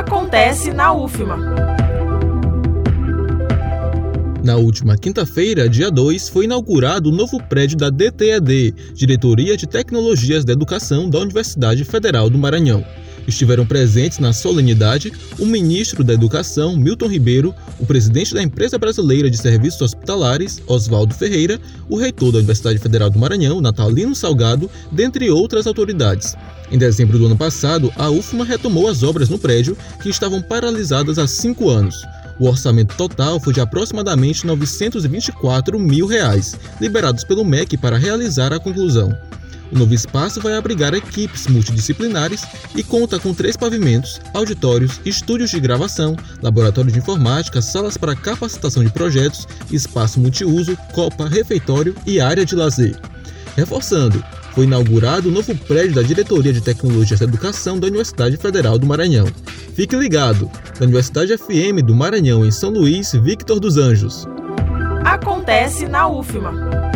Acontece na UFMA. Na última quinta-feira, dia 2, foi inaugurado o novo prédio da DTED, Diretoria de Tecnologias da Educação da Universidade Federal do Maranhão. Estiveram presentes na solenidade o ministro da Educação, Milton Ribeiro, o presidente da Empresa Brasileira de Serviços Hospitalares, Oswaldo Ferreira, o reitor da Universidade Federal do Maranhão, Natalino Salgado, dentre outras autoridades. Em dezembro do ano passado, a UFMA retomou as obras no prédio, que estavam paralisadas há 5 anos. O orçamento total foi de aproximadamente R$ 924 mil, liberados pelo MEC para realizar a conclusão. O novo espaço vai abrigar equipes multidisciplinares e conta com 3 pavimentos, auditórios, estúdios de gravação, laboratório de informática, salas para capacitação de projetos, espaço multiuso, copa, refeitório e área de lazer. Reforçando, foi inaugurado o novo prédio da Diretoria de Tecnologias da Educação da Universidade Federal do Maranhão. Fique ligado, da Universidade FM do Maranhão, em São Luís, Victor dos Anjos. Acontece na UFMA.